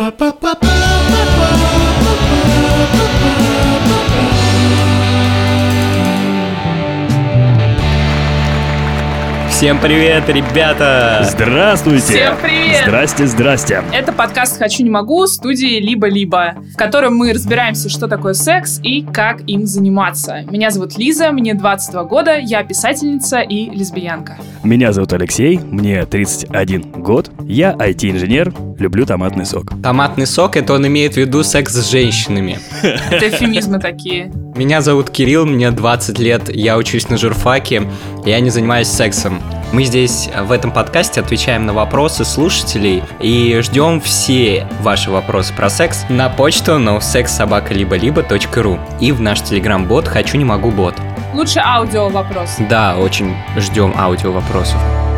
Всем привет, ребята! Здравствуйте! Всем привет! Здрасте! Это подкаст «Хочу, не могу» студии «Либо-либо», в котором мы разбираемся, что такое секс и как им заниматься. Меня зовут Лиза, мне 22 года, я писательница и лесбиянка. Меня зовут Алексей, мне 31 год, я IT-инженер, люблю томатный сок. Томатный сок — это он имеет в виду секс с женщинами. Это эвфемизмы такие. Меня зовут Кирилл, мне 20 лет, я учусь на журфаке, я не занимаюсь сексом. Мы здесь в этом подкасте отвечаем на вопросы слушателей и ждем все ваши вопросы про секс на почту nosexsobaka-либо-либо.ру и в наш телеграм-бот «Хочу, не могу» бот. Лучше аудио вопрос. Да, очень ждем аудио вопросов.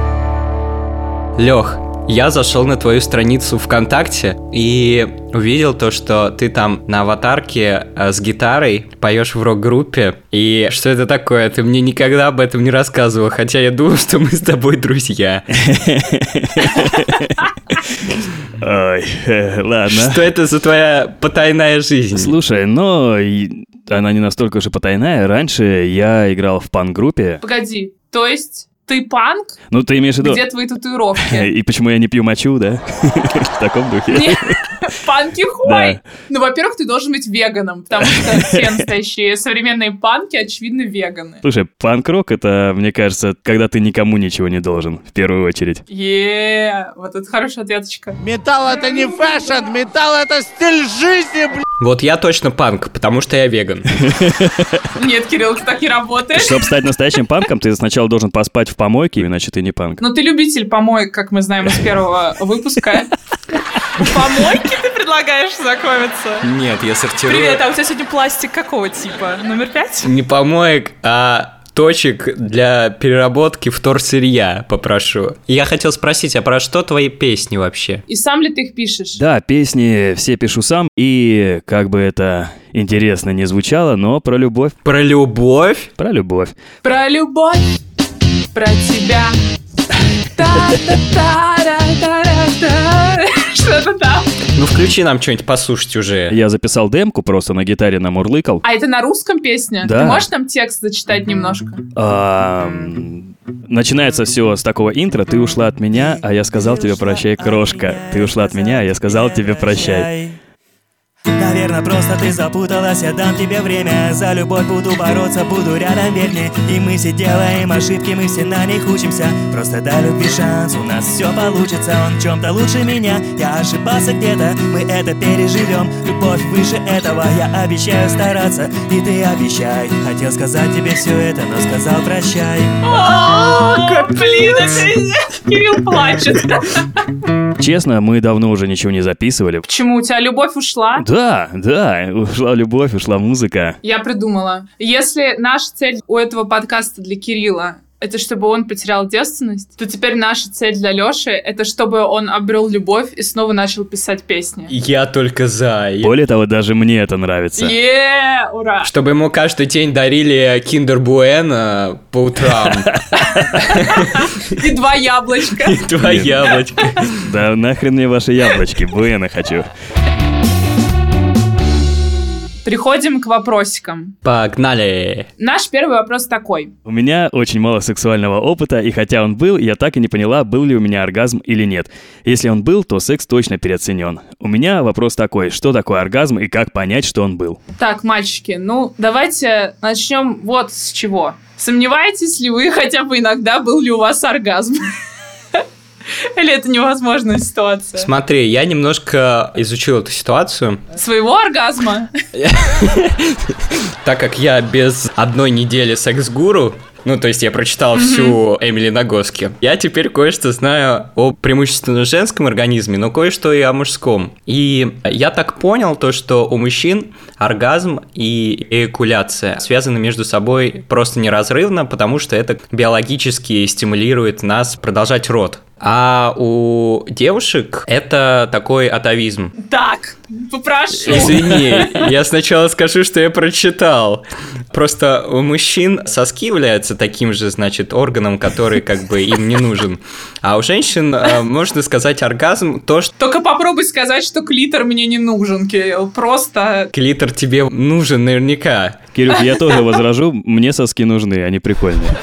Лёх, я зашел на твою страницу ВКонтакте и увидел то, что ты там на аватарке с гитарой поешь в рок-группе. И что это такое? Ты мне никогда об этом не рассказывал, хотя я думал, что мы с тобой друзья. Ой, ладно. Что это за твоя потайная жизнь? Слушай, но она не настолько уж и потайная. Раньше я играл в панк-группе. Погоди, то есть... Ты панк? Ну, ты имеешь в виду... Где твои татуировки? И почему я не пью мочу, да? В таком духе. Нет, панки хуй! Ну, во-первых, ты должен быть веганом, потому что все настоящие современные панки, очевидно, веганы. Слушай, панк-рок — это, мне кажется, когда ты никому ничего не должен, в первую очередь. Вот это хорошая ответочка. Металл — это не фэшн, металл — это стиль жизни, блядь. Вот я точно панк, потому что я веган. Нет, Кирилл, ты так не работаешь. Чтобы стать настоящим панком, ты сначала должен поспать в помойке, иначе ты не панк. Ну, ты любитель помоек, как мы знаем из первого выпуска. В помойке ты предлагаешь знакомиться? Нет, я сортирую... Привет, а у тебя сегодня пластик какого типа? Номер 5? Не помоек, а точек для переработки вторсырья попрошу. И я хотел спросить, а про что твои песни вообще? И сам ли ты их пишешь? Да, песни все пишу сам, и как бы это интересно не звучало, но про любовь. Про любовь? Про любовь. Про любовь, про тебя. Что-то там. Ну включи нам что-нибудь послушать уже. Я записал демку, просто на гитаре намурлыкал. А это на русском песня? Да. Ты можешь нам текст зачитать немножко? Начинается все с такого интро. Ты ушла от меня, а я сказал тебе прощай, крошка. Ты ушла от меня, а я сказал тебе прощай. Наверное, просто ты запуталась, я дам тебе время. За любовь буду бороться, буду рядом, верь мне. И мы все делаем ошибки, мы все на них учимся. Просто дай любви шанс, у нас все получится. Он в чем-то лучше меня, я ошибался где-то. Мы это переживем, любовь выше этого. Я обещаю стараться, и ты обещай. Хотел сказать тебе все это, но сказал прощай. Блин, Кирилл плачет. Честно, мы давно уже ничего не записывали. Почему? У тебя любовь ушла? Да, ушла любовь, ушла музыка. Я придумала. Если наша цель у этого подкаста для Кирилла — это чтобы он потерял девственность, то теперь наша цель для Лёши — это чтобы он обрел любовь и снова начал писать песни. Я только за. Более того, даже мне это нравится. Ура! Чтобы ему каждый день дарили Kinder Bueno по утрам. И 2 яблочка. И 2 яблочка. Да нахрен мне ваши яблочки, Буэна хочу. Переходим к вопросикам. Погнали! Наш первый вопрос такой. У меня очень мало сексуального опыта, и хотя он был, я так и не поняла, был ли у меня оргазм или нет. Если он был, то секс точно переоценен. У меня вопрос такой, что такое оргазм и как понять, что он был? Так, мальчики, давайте начнем вот с чего. Сомневаетесь ли вы хотя бы иногда, был ли у вас оргазм? Или это невозможная ситуация? Смотри, я немножко изучил эту ситуацию. Своего оргазма? Так как я без 1 недели секс-гуру, то есть я прочитал всю Эмили Нагоски, я теперь кое-что знаю о преимущественно женском организме, но кое-что и о мужском. И я так понял то, что у мужчин оргазм и эякуляция связаны между собой просто неразрывно, потому что это биологически стимулирует нас продолжать род. А у девушек это такой атовизм. Так, попрошу. Извини, я сначала скажу, что я прочитал. Просто у мужчин соски являются таким же, значит, органом, который как бы им не нужен. А у женщин, можно сказать, оргазм то, что... Только попробуй сказать, что клитор мне не нужен, Кирилл. Просто... Клитор тебе нужен наверняка. Кирюх, я тоже возражу, мне соски нужны, они прикольные.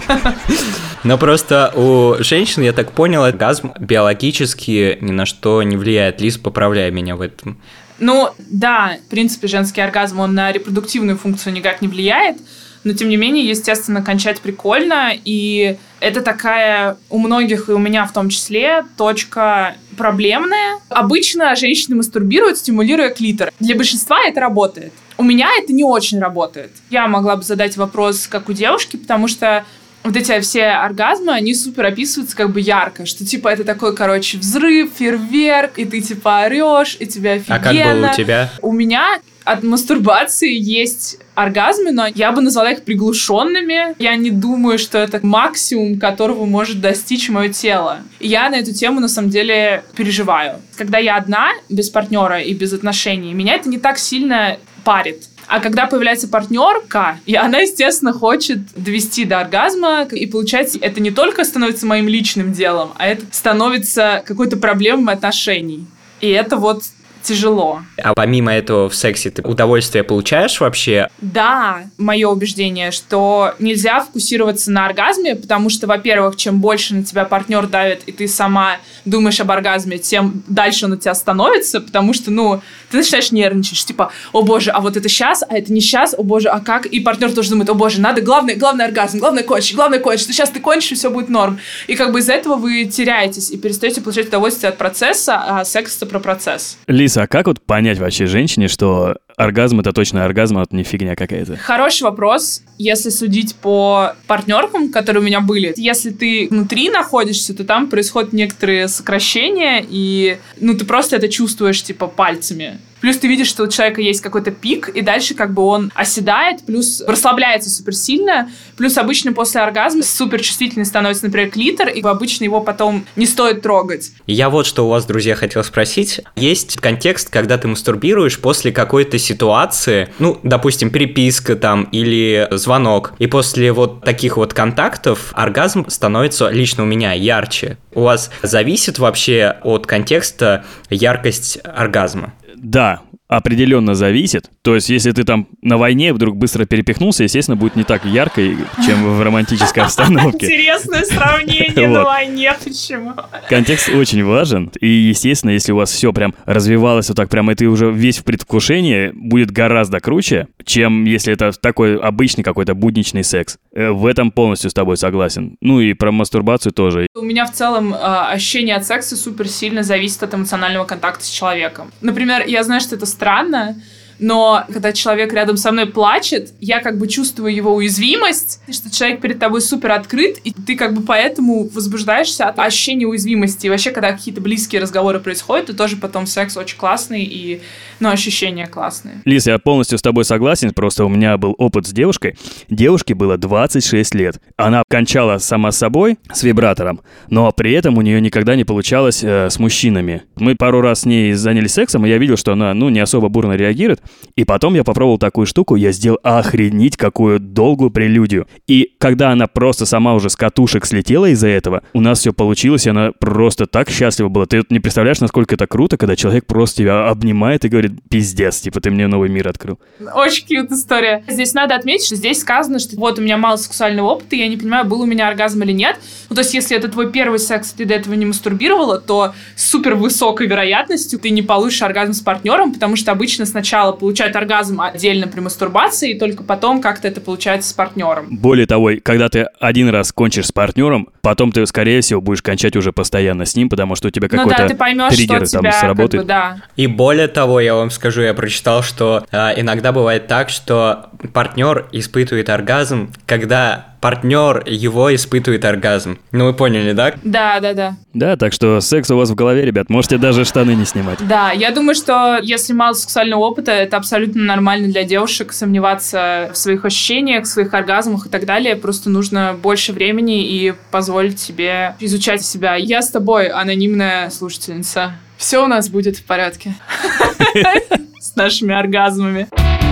Но просто у женщин, я так понял, оргазм биологически ни на что не влияет. Лиз, поправляй меня в этом. Ну, да, в принципе, женский оргазм, он на репродуктивную функцию никак не влияет, но, тем не менее, естественно, кончать прикольно, и это такая у многих, и у меня в том числе, точка проблемная. Обычно женщины мастурбируют, стимулируя клитор. Для большинства это работает. У меня это не очень работает. Я могла бы задать вопрос, как у девушки, потому что вот эти все оргазмы, они супер описываются как бы ярко, что типа это такой, короче, взрыв, фейерверк, и ты типа орешь, и тебе офигенно. А как было у тебя? У меня от мастурбации есть оргазмы, но я бы назвала их приглушенными. Я не думаю, что это максимум, которого может достичь мое тело. И я на эту тему, на самом деле, переживаю. Когда я одна, без партнера и без отношений, меня это не так сильно парит. А когда появляется партнерка, и она, естественно, хочет довести до оргазма, и получается, это не только становится моим личным делом, а это становится какой-то проблемой отношений. И это вот тяжело. А помимо этого в сексе ты удовольствие получаешь вообще? Да, мое убеждение, что нельзя фокусироваться на оргазме, потому что, во-первых, чем больше на тебя партнер давит, и ты сама думаешь об оргазме, тем дальше он у тебя становится, потому что, ты начинаешь нервничать, типа, о боже, а вот это сейчас, а это не сейчас, о боже, а как? И партнер тоже думает, о боже, надо главный оргазм, главное кончить, что сейчас ты кончишь, и все будет норм. И как бы из-за этого вы теряетесь и перестаете получать удовольствие от процесса, а секс — это про процесс. Лиса, а как вот понять вообще женщине, что оргазм — это точно оргазм, а это не фигня какая-то? Хороший вопрос. Если судить по партнеркам, которые у меня были, если ты внутри находишься, то там происходят некоторые сокращения, и ты просто это чувствуешь типа пальцами. Плюс ты видишь, что у человека есть какой-то пик, и дальше как бы он оседает, плюс расслабляется суперсильно, плюс обычно после оргазма суперчувствительный становится, например, клитор, и обычно его потом не стоит трогать. Я вот что у вас, друзья, хотел спросить. Есть контекст, когда ты мастурбируешь после какой-то ситуации, допустим, переписка там или звонок, и после вот таких вот контактов оргазм становится лично у меня ярче. У вас зависит вообще от контекста яркость оргазма? Да, определенно зависит. То есть, если ты там на войне вдруг быстро перепихнулся, естественно, будет не так ярко, чем в романтической обстановке. Интересное сравнение на войне, почему? Контекст очень важен, и, естественно, если у вас все прям развивалось вот так прям, и ты уже весь в предвкушении, будет гораздо круче, чем если это такой обычный какой-то будничный секс. В этом полностью с тобой согласен. И про мастурбацию тоже. У меня в целом ощущение от секса супер сильно зависит от эмоционального контакта с человеком. Например, я знаю, что это странно, но когда человек рядом со мной плачет, я как бы чувствую его уязвимость, что человек перед тобой супер открыт, и ты как бы поэтому возбуждаешься от ощущения уязвимости. И вообще, когда какие-то близкие разговоры происходят, то тоже потом секс очень классный, и ощущения классные. Лиз, я полностью с тобой согласен, просто у меня был опыт с девушкой. Девушке было 26 лет. Она кончала сама с собой с вибратором, но при этом у нее никогда не получалось с мужчинами. Мы пару раз с ней занялись сексом, и я видел, что она, не особо бурно реагирует. И потом я попробовал такую штуку, я сделал охренеть какую долгую прелюдию. И когда она просто сама уже с катушек слетела из-за этого, у нас все получилось, и она просто так счастлива была. Ты не представляешь, насколько это круто, когда человек просто тебя обнимает и говорит: пиздец, типа ты мне новый мир открыл. Очень кьют история. Здесь надо отметить, что здесь сказано, что вот у меня мало сексуального опыта, я не понимаю, был у меня оргазм или нет. То есть если это твой первый секс, ты до этого не мастурбировала, то с супер высокой вероятностью ты не получишь оргазм с партнером, потому что обычно сначала получают оргазм отдельно при мастурбации, и только потом как-то это получается с партнером. Более того, когда ты один раз кончишь с партнером, потом ты, скорее всего, будешь кончать уже постоянно с ним, потому что у тебя какой-то ты поймешь, триггер что там сработает. Как бы, да. И более того, я вам скажу, я прочитал, что иногда бывает так, что партнер испытывает оргазм, когда партнер его испытывает оргазм. Ну, вы поняли, да? Да. Да, так что секс у вас в голове, ребят, можете даже штаны не снимать. Да, я думаю, что если мало сексуального опыта, это абсолютно нормально для девушек сомневаться в своих ощущениях, в своих оргазмах и так далее. Просто нужно больше времени и позволить себе изучать себя. Я с тобой, анонимная слушательница. Все у нас будет в порядке. С нашими оргазмами.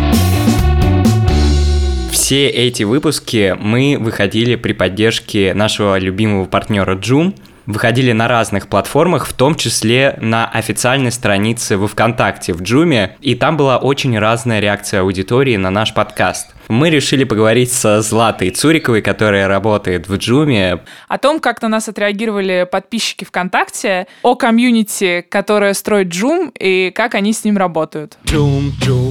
Все эти выпуски мы выходили при поддержке нашего любимого партнера Joom. Выходили на разных платформах, в том числе на официальной странице во ВКонтакте в Joom, и там была очень разная реакция аудитории на наш подкаст. Мы решили поговорить со Златой Цуриковой, которая работает в Joom. О том, как на нас отреагировали подписчики ВКонтакте, о комьюнити, которое строит Joom, и как они с ним работают. Joom.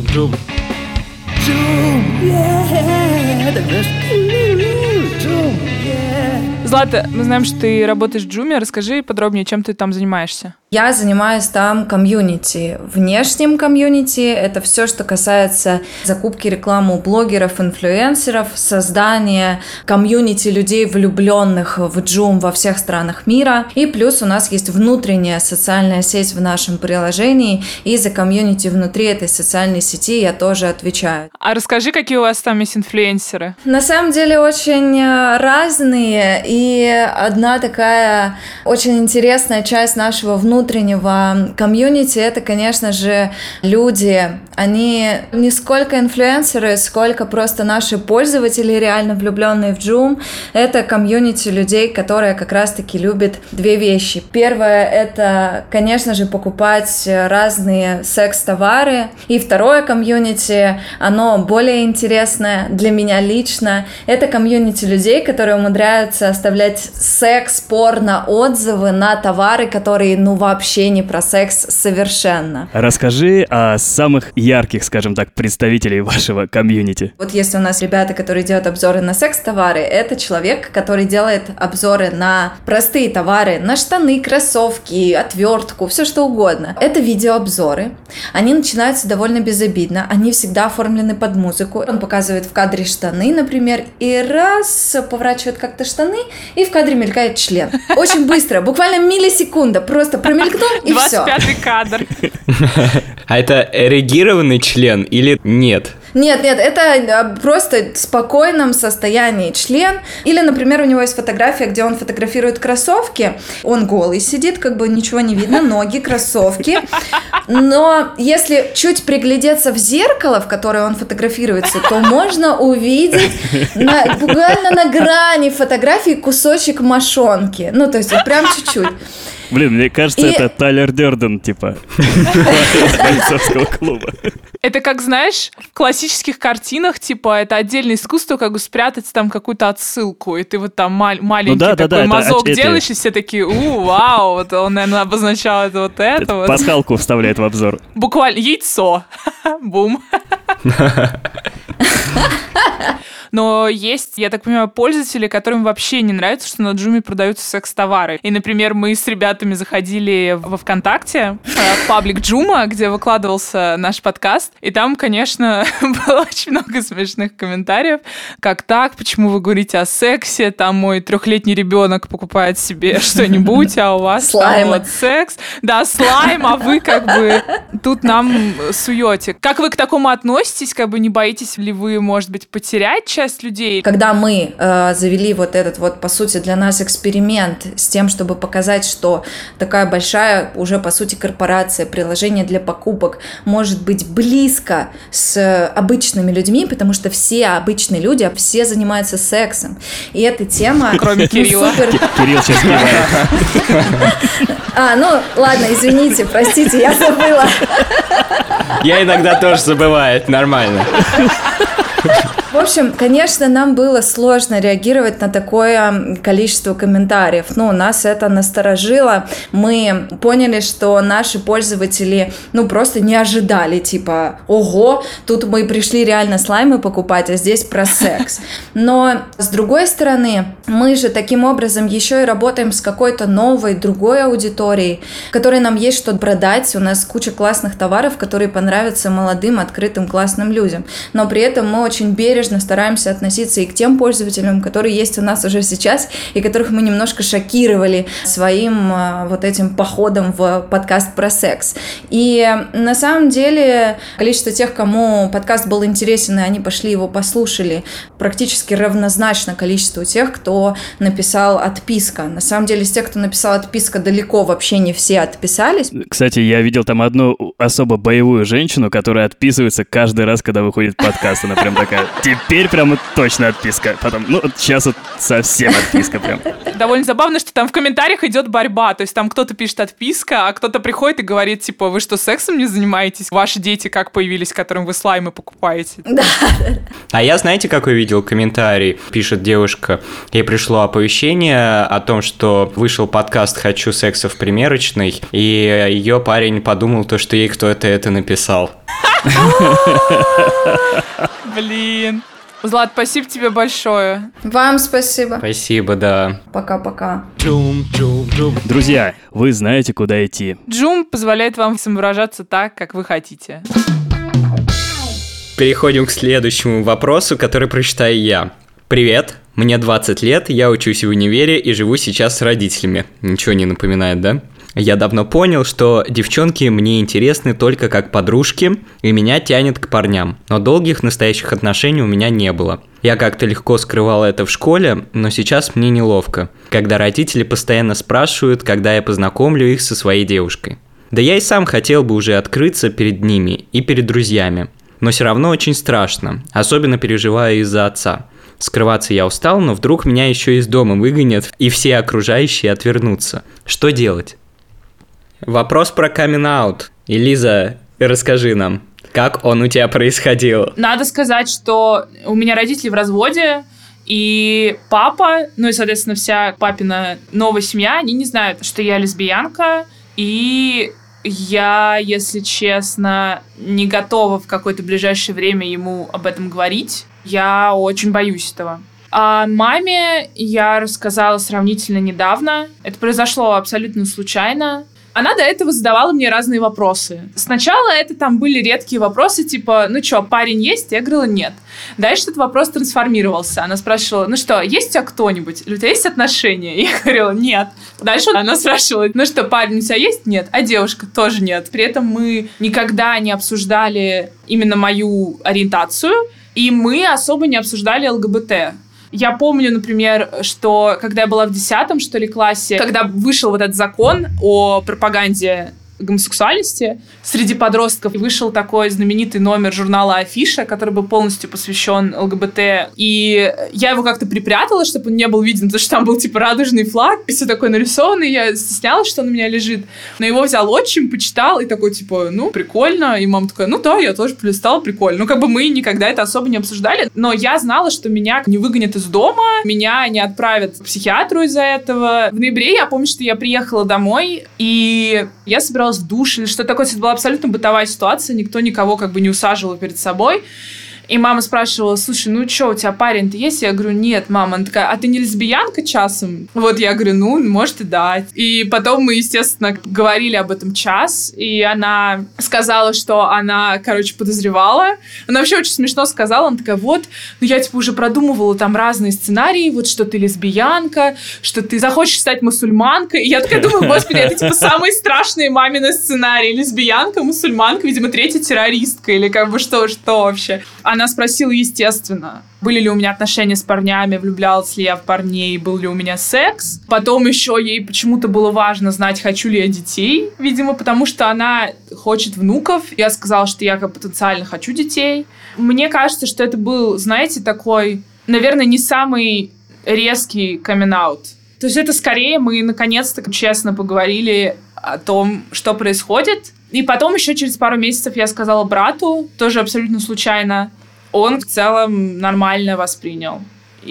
Злата, мы знаем, что ты работаешь в Joom. Расскажи подробнее, чем ты там занимаешься. Я занимаюсь там комьюнити. Внешним комьюнити – это все, что касается закупки рекламы у блогеров, инфлюенсеров, создания комьюнити людей, влюбленных в Joom во всех странах мира. И плюс у нас есть внутренняя социальная сеть в нашем приложении, и за комьюнити внутри этой социальной сети я тоже отвечаю. А расскажи, какие у вас там есть инфлюенсеры? На самом деле очень разные, и одна такая очень интересная часть нашего внутреннего комьюнити — это, конечно же, люди. Они не сколько инфлюенсеры, сколько просто наши пользователи, реально влюбленные в Joom. Это комьюнити людей, которые как раз-таки любят две вещи. Первое — это, конечно же, покупать разные секс-товары. И второе комьюнити, оно более интересное для меня лично. Это комьюнити людей, которые умудряются оставлять секс-порно-отзывы на товары, которые, вообще не про секс совершенно. Расскажи о самых ярких, скажем так, представителей вашего комьюнити. Вот если у нас ребята, которые делают обзоры на секс-товары, это человек, который делает обзоры на простые товары, на штаны, кроссовки, отвертку, все что угодно. Это видеообзоры. Они начинаются довольно безобидно, они всегда оформлены под музыку. Он показывает в кадре штаны, например, и раз поворачивает как-то штаны, и в кадре мелькает член. Очень быстро, буквально миллисекунда, просто промелькнул, и все. 25-й кадр. А это эрегированный член или нет? Нет, это просто в спокойном состоянии член. Или, например, у него есть фотография, где он фотографирует кроссовки. Он голый сидит, как бы ничего не видно, ноги, кроссовки. Но если чуть приглядеться в зеркало, в которое он фотографируется, то можно увидеть буквально на грани фотографии кусочек мошонки. То есть вот прям чуть-чуть. Блин, мне кажется, это Тайлер Дёрден, типа, из бойцовского клуба. Это как, знаешь, в классических картинах, типа, это отдельное искусство, как бы спрятать там какую-то отсылку, и ты вот там маленький такой мазок делаешь, и все такие, вау, вот он, наверное, обозначал это вот это вот. Пасхалку вставляет в обзор. Буквально яйцо. Бум. Но есть, я так понимаю, пользователи, которым вообще не нравится, что на Joom продаются секс-товары. И, например, мы с ребятами заходили во ВКонтакте, в паблик Joom, где выкладывался наш подкаст. И там, конечно, было очень много смешных комментариев. Как так? Почему вы говорите о сексе? Там мой 3-летний ребенок покупает себе что-нибудь, а у вас там вот секс. Да, слайм, а вы как бы тут нам суете. Как вы к такому относитесь? Как бы не боитесь ли вы, может быть, потерять часть людей? Когда мы завели вот этот вот, по сути, для нас эксперимент с тем, чтобы показать, что такая большая уже, по сути, корпорация, приложение для покупок может быть близко с обычными людьми, потому что все обычные люди, все занимаются сексом. И эта тема... Кроме Кирилла. Кирилл сейчас кивает. Ладно, извините, простите, я забыла. Я иногда тоже забываю, нормально. В общем, конечно, нам было сложно реагировать на такое количество комментариев. Нас это насторожило. Мы поняли, что наши пользователи, просто не ожидали. Типа, ого, тут мы пришли реально слаймы покупать, а здесь про секс. Но, с другой стороны, мы же таким образом еще и работаем с какой-то новой, другой аудиторией, которой нам есть что продать. У нас куча классных товаров, которые понравятся молодым, открытым, классным людям. Но при этом мы очень бережно бережно стараемся относиться и к тем пользователям, которые есть у нас уже сейчас, и которых мы немножко шокировали своим вот этим походом в подкаст про секс. И на самом деле количество тех, кому подкаст был интересен, и они пошли его послушали, практически равнозначно количеству тех, кто написал «отписка». На самом деле, из тех, кто написал «отписка», далеко вообще не все отписались. Кстати, я видел там одну особо боевую женщину, которая отписывается каждый раз, когда выходит подкаст. Она прям такая: теперь прям точно отписка. Потом, сейчас вот совсем отписка прям. Довольно забавно, что там в комментариях идет борьба. То есть там кто-то пишет «отписка», а кто-то приходит и говорит, типа: вы что, сексом не занимаетесь? Ваши дети как появились, которым вы слаймы покупаете? Да. А я, знаете, какой видел комментарий? Пишет девушка: ей пришло оповещение о том, что вышел подкаст «Хочу секса в примерочной», и ее парень подумал, что ей кто-то это написал. Блин. Злат, спасибо тебе большое. Вам спасибо. Спасибо, да. Пока-пока. Друзья, вы знаете, куда идти. Joom позволяет вам самовыражаться так, как вы хотите. Переходим к следующему вопросу, который прочитаю я. Привет, мне 20 лет, я учусь в универе и живу сейчас с родителями. Ничего не напоминает, да? Я давно понял, что девчонки мне интересны только как подружки, и меня тянет к парням, но долгих настоящих отношений у меня не было. Я как-то легко скрывал это в школе, но сейчас мне неловко, когда родители постоянно спрашивают, когда я познакомлю их со своей девушкой. Да я и сам хотел бы уже открыться перед ними и перед друзьями, но все равно очень страшно, особенно переживаю из-за отца. Скрываться я устал, но вдруг меня еще из дома выгонят, и все окружающие отвернутся. Что делать? Вопрос про камин-аут. Элиза, расскажи нам, как он у тебя происходил? Надо сказать, что у меня родители в разводе, и папа, и, соответственно, вся папина новая семья, они не знают, что я лесбиянка, и я, если честно, не готова в какое-то ближайшее время ему об этом говорить. Я очень боюсь этого. А маме я рассказала сравнительно недавно. Это произошло абсолютно случайно. Она до этого задавала мне разные вопросы. Сначала это там были редкие вопросы, типа: ну что, парень есть? Я говорила: нет. Дальше этот вопрос трансформировался. Она спрашивала: ну что, есть у тебя кто-нибудь? Или у тебя есть отношения? Я говорила: нет. Дальше она спрашивала: ну что, парень у тебя есть? Нет. А девушка? Тоже нет. При этом мы никогда не обсуждали именно мою ориентацию, и мы особо не обсуждали ЛГБТ. Я помню, например, что когда я была в 10 что ли, классе, когда вышел вот этот закон о пропаганде гомосексуальности, среди подростков вышел такой знаменитый номер журнала «Афиша», который был полностью посвящен ЛГБТ. И я его как-то припрятала, чтобы он не был виден, потому что там был типа радужный флаг, и все такое нарисовано, и я стеснялась, что он у меня лежит. Но его взял отчим, почитал, и такой типа: ну, прикольно. И мама такая: ну да, я тоже полистала, прикольно. Ну, как бы мы никогда это особо не обсуждали, но я знала, что меня не выгонят из дома, меня не отправят к психиатру из-за этого. В ноябре я помню, что я приехала домой, и я собиралась в душ или что такое. Это была абсолютно бытовая ситуация, никто никого как бы не усаживал перед собой. И мама спрашивала: слушай, ну что, у тебя парень-то есть? Я говорю: нет, мама. Она такая: а ты не лесбиянка часом? Вот я говорю: ну, может и да. И потом мы, естественно, говорили об этом час, и она сказала, что она, подозревала. Она вообще очень смешно сказала. Она такая: вот, ну я типа уже продумывала там разные сценарии, вот что ты лесбиянка, что ты захочешь стать мусульманкой. И я такая думаю: господи, это типа самый страшный мамины сценарий. Лесбиянка, мусульманка, видимо, третья террористка, или как бы что вообще. Она спросила, естественно, были ли у меня отношения с парнями, влюблялась ли я в парней, был ли у меня секс. Потом еще ей почему-то было важно знать, хочу ли я детей, видимо, потому что она хочет внуков. Я сказала, что я потенциально хочу детей. Мне кажется, что это был, знаете, такой, наверное, не самый резкий камин-аут. То есть это скорее мы наконец-то честно поговорили о том, что происходит. И потом еще через пару месяцев я сказала брату, тоже абсолютно случайно. Он в целом нормально воспринял,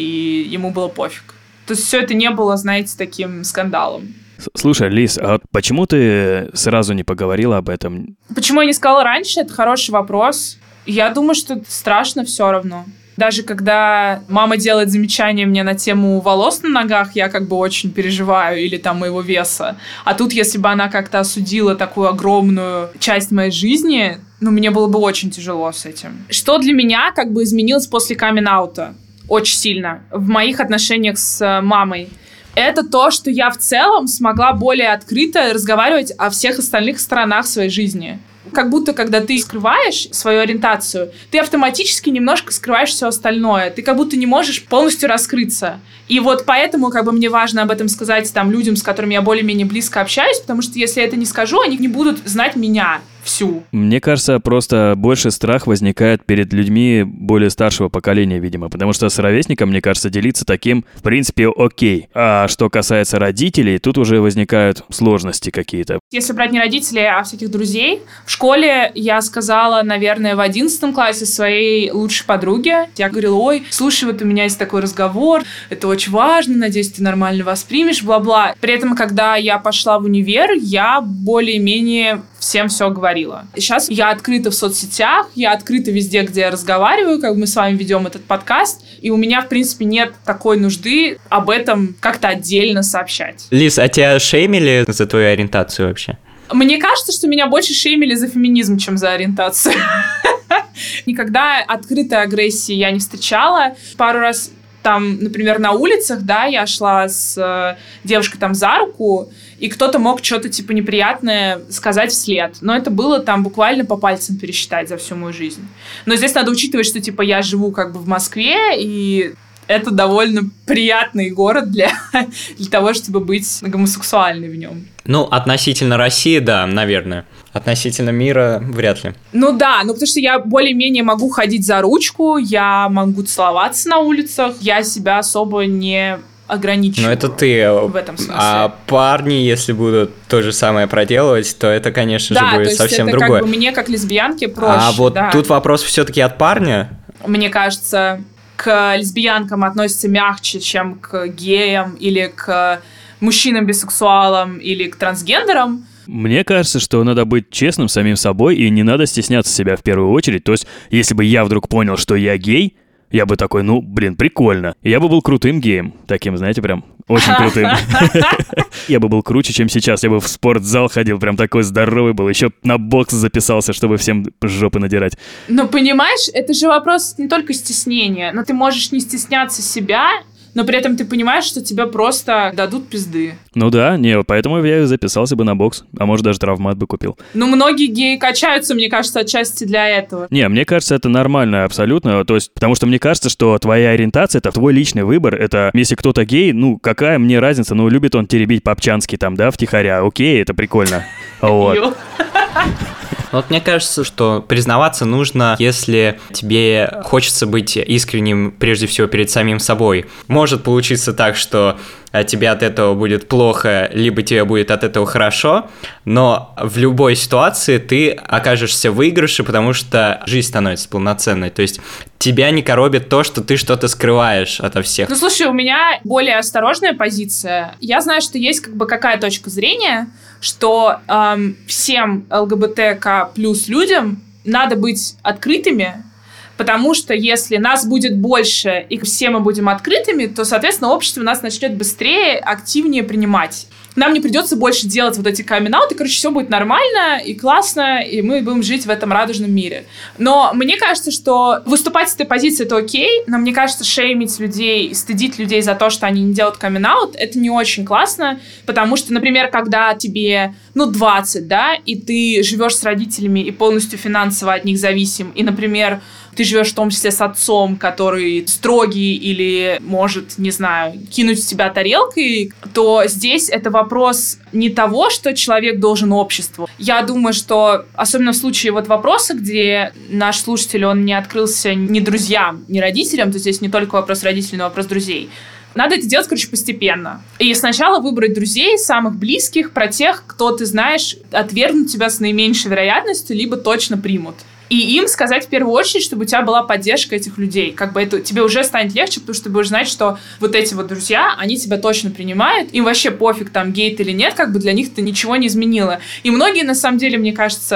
и ему было пофиг. То есть все это не было, знаете, таким скандалом. Слушай, Лиз, а почему ты сразу не поговорила об этом? Почему я не сказала раньше? Это хороший вопрос. Я думаю, что страшно все равно. Даже когда мама делает замечания мне на тему волос на ногах, я как бы очень переживаю, или там моего веса. А тут, если бы она как-то осудила такую огромную часть моей жизни, мне было бы очень тяжело с этим. Что для меня как бы изменилось после камин-аута очень сильно в моих отношениях с мамой? Это то, что я в целом смогла более открыто разговаривать о всех остальных сторонах своей жизни. Как будто, когда ты скрываешь свою ориентацию, ты автоматически немножко скрываешь все остальное. Ты как будто не можешь полностью раскрыться. И вот поэтому как бы мне важно об этом сказать там, людям, с которыми я более-менее близко общаюсь, потому что если я это не скажу, они не будут знать меня всю. Мне кажется, просто больше страх возникает перед людьми более старшего поколения, видимо, потому что с ровесником, мне кажется, делиться таким, в принципе, окей. А что касается родителей, тут уже возникают сложности какие-то. Если брать не родителей, а всяких друзей, в школе я сказала, наверное, в 11 классе своей лучшей подруге, я говорила: ой, слушай, вот у меня есть такой разговор, это очень важно, надеюсь, ты нормально воспримешь, бла-бла. При этом, когда я пошла в универ, я более-менее всем все говорила. Сейчас я открыта в соцсетях, я открыта везде, где я разговариваю, как мы с вами ведем этот подкаст, и у меня, в принципе, нет такой нужды об этом как-то отдельно сообщать. Лиз, а тебя шеймили за твою ориентацию вообще? Мне кажется, что меня больше шеймили за феминизм, чем за ориентацию. Никогда открытой агрессии я не встречала. Пару раз там, например, на улицах, да, я шла с девушкой там за руку, и кто-то мог что-то типа неприятное сказать вслед. Но это было там буквально по пальцам пересчитать за всю мою жизнь. Но здесь надо учитывать, что типа я живу как бы в Москве, и это довольно приятный город для того, чтобы быть гомосексуальной в нем. Ну, относительно России, да, наверное. Относительно мира вряд ли. Ну да, потому что я более-менее могу ходить за ручку, я могу целоваться на улицах, я себя особо не ограничиваю. Но это ты в этом смысле. А парни, если будут то же самое проделывать, то это, конечно же, будет совсем другое. Да, то есть это как бы мне, как лесбиянке, проще. А вот тут вопрос все-таки от парня? Мне кажется, к лесбиянкам относятся мягче, чем к геям или к мужчинам-бисексуалам или к трансгендерам. Мне кажется, что надо быть честным с самим собой и не надо стесняться себя в первую очередь. То есть, если бы я вдруг понял, что я гей, я бы такой, прикольно. Я бы был крутым геем. Таким, знаете, прям очень крутым. Я бы был круче, чем сейчас. Я бы в спортзал ходил, прям такой здоровый был. Еще на бокс записался, чтобы всем жопы надирать. Но понимаешь, это же вопрос не только стеснения. Но ты можешь не стесняться себя, но при этом ты понимаешь, что тебе просто дадут пизды. Ну да, поэтому я и записался бы на бокс, а может даже травмат бы купил. Многие геи качаются, мне кажется, отчасти для этого. Мне кажется, это нормально абсолютно, то есть, потому что мне кажется, что твоя ориентация — это твой личный выбор, это если кто-то гей, какая мне разница, любит он теребить по-пчански там, да, втихаря, окей, это прикольно. Вот. Вот мне кажется, что признаваться нужно, если тебе хочется быть искренним прежде всего перед самим собой. Может получиться так, что тебе от этого будет плохо, либо тебе будет от этого хорошо, но в любой ситуации ты окажешься в выигрыше, потому что жизнь становится полноценной. То есть тебя не коробит то, что ты что-то скрываешь ото всех. Слушай, у меня более осторожная позиция. Я знаю, что есть какая точка зрения, что всем ЛГБТК плюс людям надо быть открытыми, потому что если нас будет больше и все мы будем открытыми, то, соответственно, общество нас начнет быстрее, активнее принимать. Нам не придется больше делать вот эти камин-ауты, все будет нормально и классно, и мы будем жить в этом радужном мире. Но мне кажется, что выступать с этой позиции — это окей, но мне кажется, шеймить людей, стыдить людей за то, что они не делают камин-аут, это не очень классно, потому что, например, когда тебе, 20, да, и ты живешь с родителями и полностью финансово от них зависим, и, например, ты живешь в том числе с отцом, который строгий или может, не знаю, кинуть в тебя тарелкой, то здесь это вопрос не того, что человек должен обществу. Я думаю, что особенно в случае вопроса, где наш слушатель, он не открылся ни друзьям, ни родителям, то здесь не только вопрос родителей, но вопрос друзей. Надо это делать, постепенно. И сначала выбрать друзей, самых близких, про тех, кто, ты знаешь, отвергнут тебя с наименьшей вероятностью, либо точно примут. И им сказать в первую очередь, чтобы у тебя была поддержка этих людей. Это тебе уже станет легче, потому что ты будешь знать, что вот эти друзья, они тебя точно принимают. Им вообще пофиг, там, гей ты или нет, для них это ничего не изменило. И многие, на самом деле, мне кажется,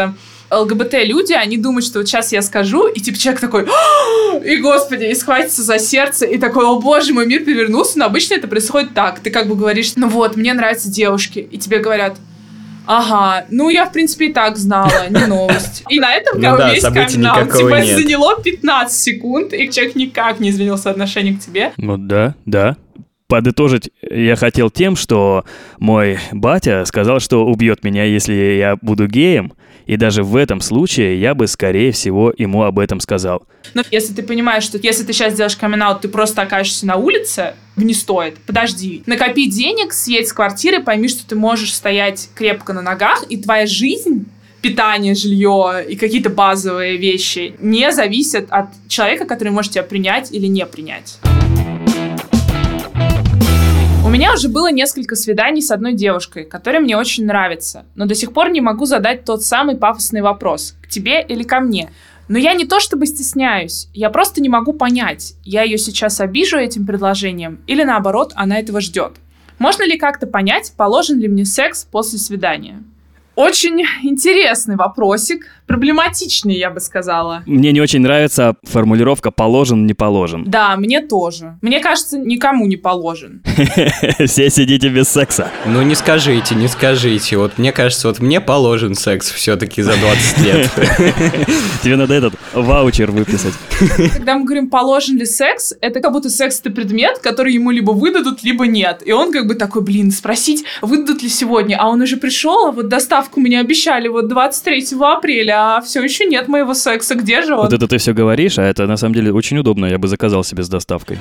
ЛГБТ-люди, они думают, что вот сейчас я скажу, и типа человек такой, и господи, и схватится за сердце, и такой, о боже, мой мир перевернулся, но обычно это происходит так. Ты как бы говоришь, ну вот, мне нравятся девушки, и тебе говорят, ага, ну я в принципе и так знала, не новость. И на этом весь камин-аут. Типа это заняло 15 секунд, и человек никак не изменил соотношение к тебе. Вот да. Подытожить я хотел тем, что мой батя сказал, что убьет меня, если я буду геем, и даже в этом случае я бы, скорее всего, ему об этом сказал. Но если ты понимаешь, что если ты сейчас сделаешь камин-аут, ты просто окажешься на улице, не стоит. Подожди. Накопи денег, съедь с квартиры, пойми, что ты можешь стоять крепко на ногах, и твоя жизнь, питание, жилье и какие-то базовые вещи не зависят от человека, который может тебя принять или не принять. У меня уже было несколько свиданий с одной девушкой, которая мне очень нравится, но до сих пор не могу задать тот самый пафосный вопрос: к тебе или ко мне? Но я не то чтобы стесняюсь, я просто не могу понять, я ее сейчас обижу этим предложением или наоборот, она этого ждет. Можно ли как-то понять, положен ли мне секс после свидания? Очень интересный вопросик, проблематичный, я бы сказала. Мне не очень нравится формулировка «положен, не положен». Да, мне тоже. Мне кажется, никому не положен. Все сидите без секса. Ну не скажите. Вот мне кажется, вот мне положен секс все-таки за 20 лет. Тебе надо этот ваучер выписать. Когда мы говорим «положен ли секс», это как будто секс — это предмет, который ему либо выдадут, либо нет. И он как бы такой, спросить, выдадут ли сегодня, а он уже пришел, а вот доставку мне обещали вот 23 апреля, а все еще нет моего секса, где же он? Вот это ты все говоришь, а это на самом деле очень удобно, я бы заказал себе с доставкой.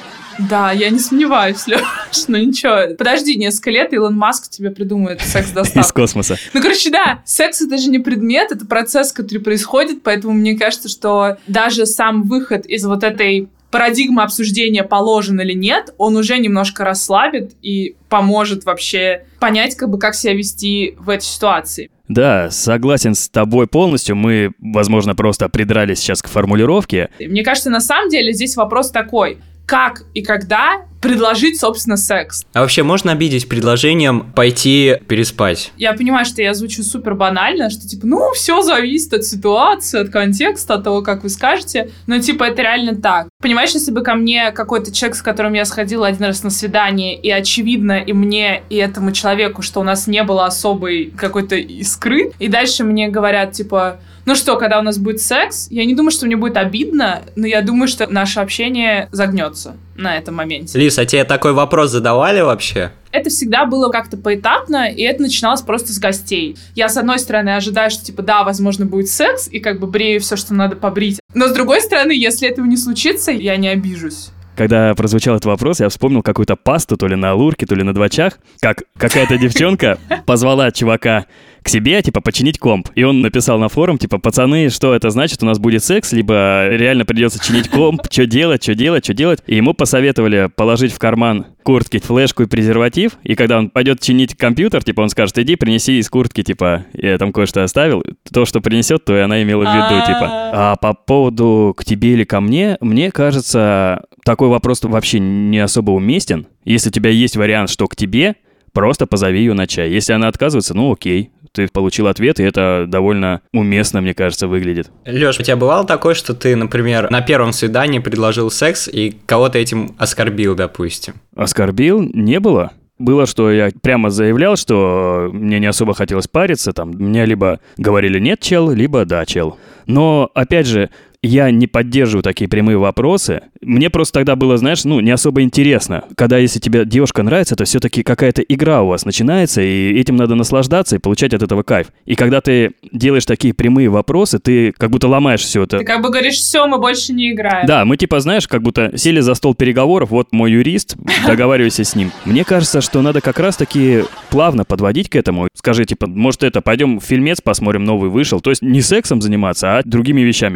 Да, я не сомневаюсь, Лёш, ну ничего. Подожди несколько лет, Илон Маск тебе придумает секс-доставку. Из космоса. Ну, короче, да, секс — это же не предмет, это процесс, который происходит, поэтому мне кажется, что даже сам выход из вот этой парадигмы обсуждения, положен или нет, он уже немножко расслабит и поможет вообще понять, как себя вести в этой ситуации. Да, согласен с тобой полностью. Мы, возможно, просто придрались сейчас к формулировке. Мне кажется, на самом деле здесь вопрос такой: как и когда предложить, собственно, секс? А вообще можно обидеть предложением пойти переспать? Я понимаю, что я звучу супер банально, что все зависит от ситуации, от контекста, от того, как вы скажете, но это реально так. Понимаешь, если бы ко мне какой-то человек, с которым я сходила один раз на свидание, и очевидно и мне, и этому человеку, что у нас не было особой какой-то искры, и дальше мне говорят, ну что, когда у нас будет секс, я не думаю, что мне будет обидно, но я думаю, что наше общение загнется на этом моменте. Лиз, а тебе такой вопрос задавали вообще? Это всегда было как-то поэтапно, и это начиналось просто с гостей. Я, с одной стороны, ожидаю, что, да, возможно, будет секс, и брею все, что надо побрить. Но, с другой стороны, если этого не случится, я не обижусь. Когда прозвучал этот вопрос, я вспомнил какую-то пасту, то ли на Алурке, то ли на Двачах, как какая-то девчонка позвала чувака к себе, починить комп. И он написал на форум, пацаны, что это значит, у нас будет секс, либо реально придется чинить комп, что делать. И ему посоветовали положить в карман куртки флешку и презерватив, и когда он пойдет чинить компьютер, он скажет, иди принеси из куртки, я там кое-что оставил, то, что принесет, то и она имела в виду, А по поводу к тебе или ко мне, мне кажется, такой вопрос вообще не особо уместен. Если у тебя есть вариант, что к тебе, просто позови ее на чай. Если она отказывается, окей. Ты получил ответ, и это довольно уместно, мне кажется, выглядит. Лёш, у тебя бывало такое, что ты, например, на первом свидании предложил секс и кого-то этим оскорбил, допустим? Оскорбил? Не было. Было, что я прямо заявлял, что мне не особо хотелось париться, мне либо говорили «нет, чел», либо «да, чел». Но, опять же, я не поддерживаю такие прямые вопросы. Мне просто тогда было, не особо интересно. Когда, если тебе девушка нравится, то все-таки какая-то игра у вас начинается, и этим надо наслаждаться и получать от этого кайф. И когда ты делаешь такие прямые вопросы, ты как будто ломаешь все это. Ты говоришь, все, мы больше не играем. Да, мы как будто сели за стол переговоров, вот мой юрист, договаривайся с ним. Мне кажется, что надо как раз-таки плавно подводить к этому. Скажи, может, пойдем в фильмец посмотрим, новый вышел. То есть не сексом заниматься, а другими вещами какими-то там.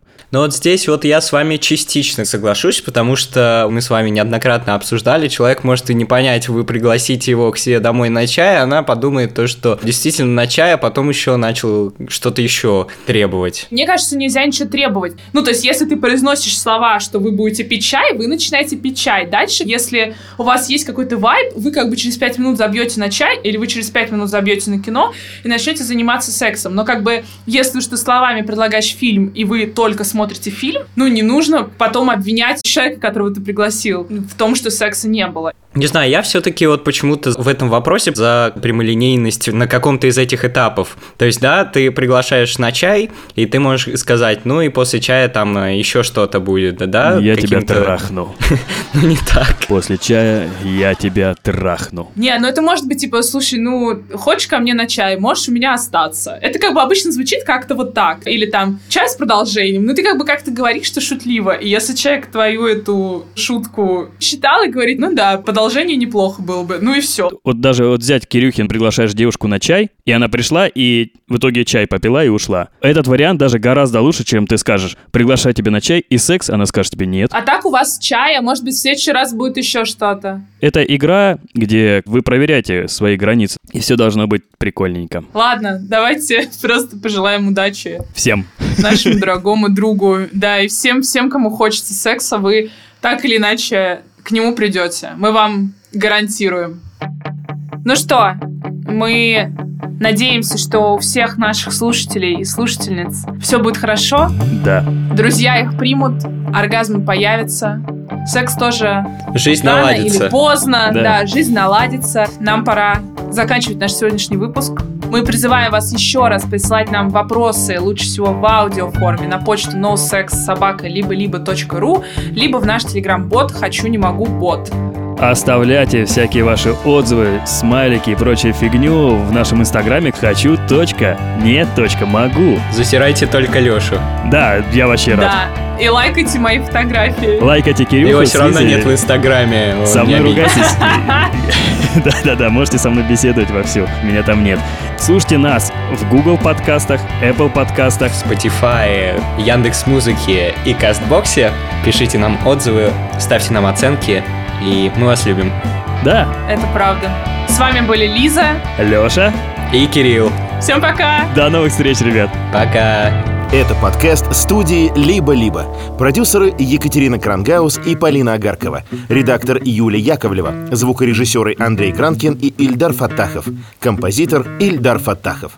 Но вот здесь вот я с вами частично соглашусь, потому что мы с вами неоднократно обсуждали, человек может и не понять, вы пригласите его к себе домой на чай, она подумает то, что действительно на чай, а потом еще начал что-то еще требовать. Мне кажется, нельзя ничего требовать. Ну, то есть, если ты произносишь слова, что вы будете пить чай, вы начинаете пить чай. Дальше, если у вас есть какой-то вайб, вы как бы через 5 минут забьете на чай, или вы через 5 минут забьете на кино и начнете заниматься сексом. Но как бы, если уж ты словами предлагаешь фильм, и вы только смотрите фильм, ну, не нужно потом обвинять человека, которого ты пригласил, в том, что секса не было. Не знаю, я все-таки вот почему-то в этом вопросе за прямолинейность на каком-то из этих этапов. То есть, да, ты приглашаешь на чай, и ты можешь сказать, ну и после чая там еще что-то будет, да? Я тебя трахну. Ну не так. После чая я тебя трахну. Не, ну это может быть типа, слушай, ну, хочешь ко мне на чай, можешь у меня остаться. Это как бы обычно звучит как-то вот так. Или там, чай с продолжением. Ну ты как бы как-то говоришь, что шутливо. И если человек твою эту шутку считал и говорит, ну да, продолжение неплохо было бы, ну и все. Вот даже вот взять Кирюхин, приглашаешь девушку на чай, и она пришла, и в итоге чай попила и ушла. Этот вариант даже гораздо лучше, чем ты скажешь, приглашай тебя на чай и секс, она скажет тебе нет. А так у вас чай, а может быть в следующий раз будет еще что-то. Это игра, где вы проверяете свои границы, и все должно быть прикольненько. Ладно, давайте просто пожелаем удачи Всем. нашему дорогому другу. Да, и всем, кому хочется секса, вы так или иначе к нему придете. Мы вам гарантируем. Ну что, мы надеемся, что у всех наших слушателей и слушательниц все будет хорошо. Да. Друзья их примут, оргазмы появятся. Секс тоже Жизнь рано наладится. или поздно. Да. Да, жизнь наладится. Нам пора заканчивать наш сегодняшний выпуск. Мы призываем вас еще раз присылать нам вопросы, лучше всего в аудиоформе, на почту nosexsobaka.libo.libo.ru, либо в наш телеграм-бот «Хочу, не могу, бот». Оставляйте всякие ваши отзывы, смайлики и прочую фигню в нашем инстаграме хочу.нет.могу. Засирайте только Лешу. Да, я вообще рад. Да, и лайкайте мои фотографии. Лайкайте Кирюху. Его все равно Слизери. нет в Инстаграме. он Со не мной обидится. ругайтесь. Да-да-да, можете со мной беседовать вовсю. Меня там нет. Слушайте нас в Google подкастах, Apple подкастах. Spotify, Яндекс.Музыке и Кастбоксе. Пишите нам отзывы, ставьте нам оценки, и мы вас любим. Да, Это правда. С вами были Лиза. Леша. И Кирилл. Всем пока! До новых встреч, ребят. Пока. Это подкаст студии «Либо-либо». Продюсеры Екатерина Крангаус и Полина Агаркова. Редактор Юлия Яковлева. Звукорежиссеры Андрей Кранкин и Ильдар Фаттахов. Композитор Ильдар Фаттахов.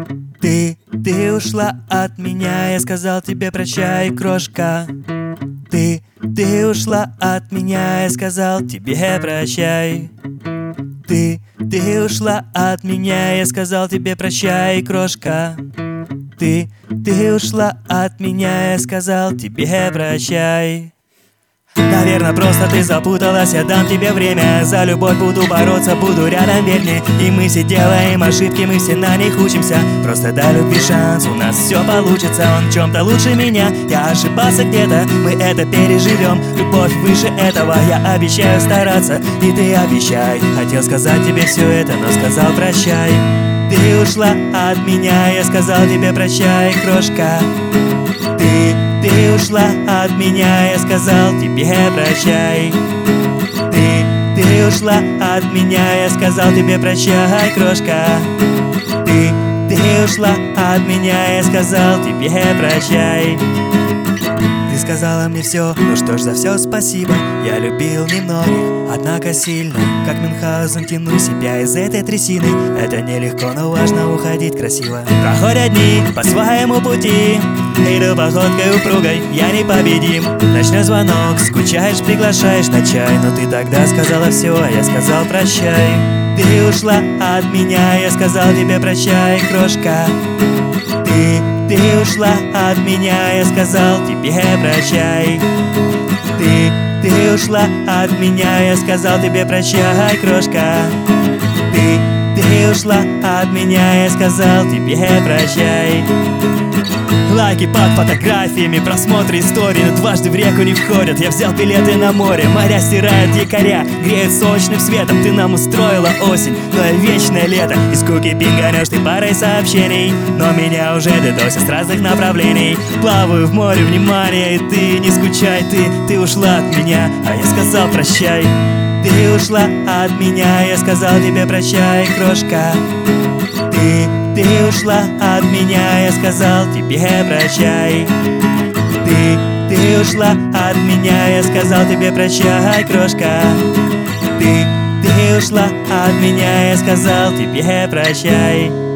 Ты ушла от меня, я сказал тебе прощай, крошка. Ты ушла от меня, я сказал тебе прощай. Ты ушла от меня, я сказал тебе прощай, крошка. Ты ушла от меня, я сказал тебе прощай. Наверное, просто ты запуталась, я дам тебе время. За любовь буду бороться, буду рядом, верь мне. И мы все делаем ошибки, мы все на них учимся. Просто дай любви шанс, у нас все получится. Он в чем-то лучше меня, я ошибался где-то. Мы это переживем, любовь выше этого. Я обещаю стараться, и ты обещай. Хотел сказать тебе все это, но сказал прощай. Ты ушла от меня, я сказал тебе прощай, крошка. Ты ушла от меня, я сказал тебе прощай. Ты ушла от меня, я сказал тебе прощай, крошка. Ты ушла от меня, я сказал тебе прощай. Ты сказала мне все, ну что ж, за все спасибо. Я любил немногих, однако сильно, как Мюнхгаузен, тяну себя из этой трясины. Это нелегко, но важно уходить красиво. Проходят дни по своему пути, иду походкой упругой, я непобедим. Ночной звонок, скучаешь, приглашаешь на чай. Но ты тогда сказала все, а я сказал прощай. Ты ушла от меня, я сказал тебе прощай, крошка. Ты ушла от меня, я сказал тебе прощай. Ты ушла от меня, я сказал тебе прощай, крошка. Ты ушла от меня, я сказал тебе прощай. лайки под фотографиями, просмотры историй, но дважды в реку не входят. Я взял билеты на море, моря стирают якоря, греют солнечным светом. Ты нам устроила осень, но я вечное лето. И скуки пинганешь ты парой сообщений, но меня уже дедосят с разных направлений. Плаваю в море внимания, и ты не скучай, ты ушла от меня, а я сказал прощай. Ты ушла от меня, я сказал тебе прощай, крошка. Ты ушла от меня, я сказал тебе прощай. Ты ушла от меня, я сказал тебе прощай, крошка. Ты ушла от меня, я сказал тебе прощай.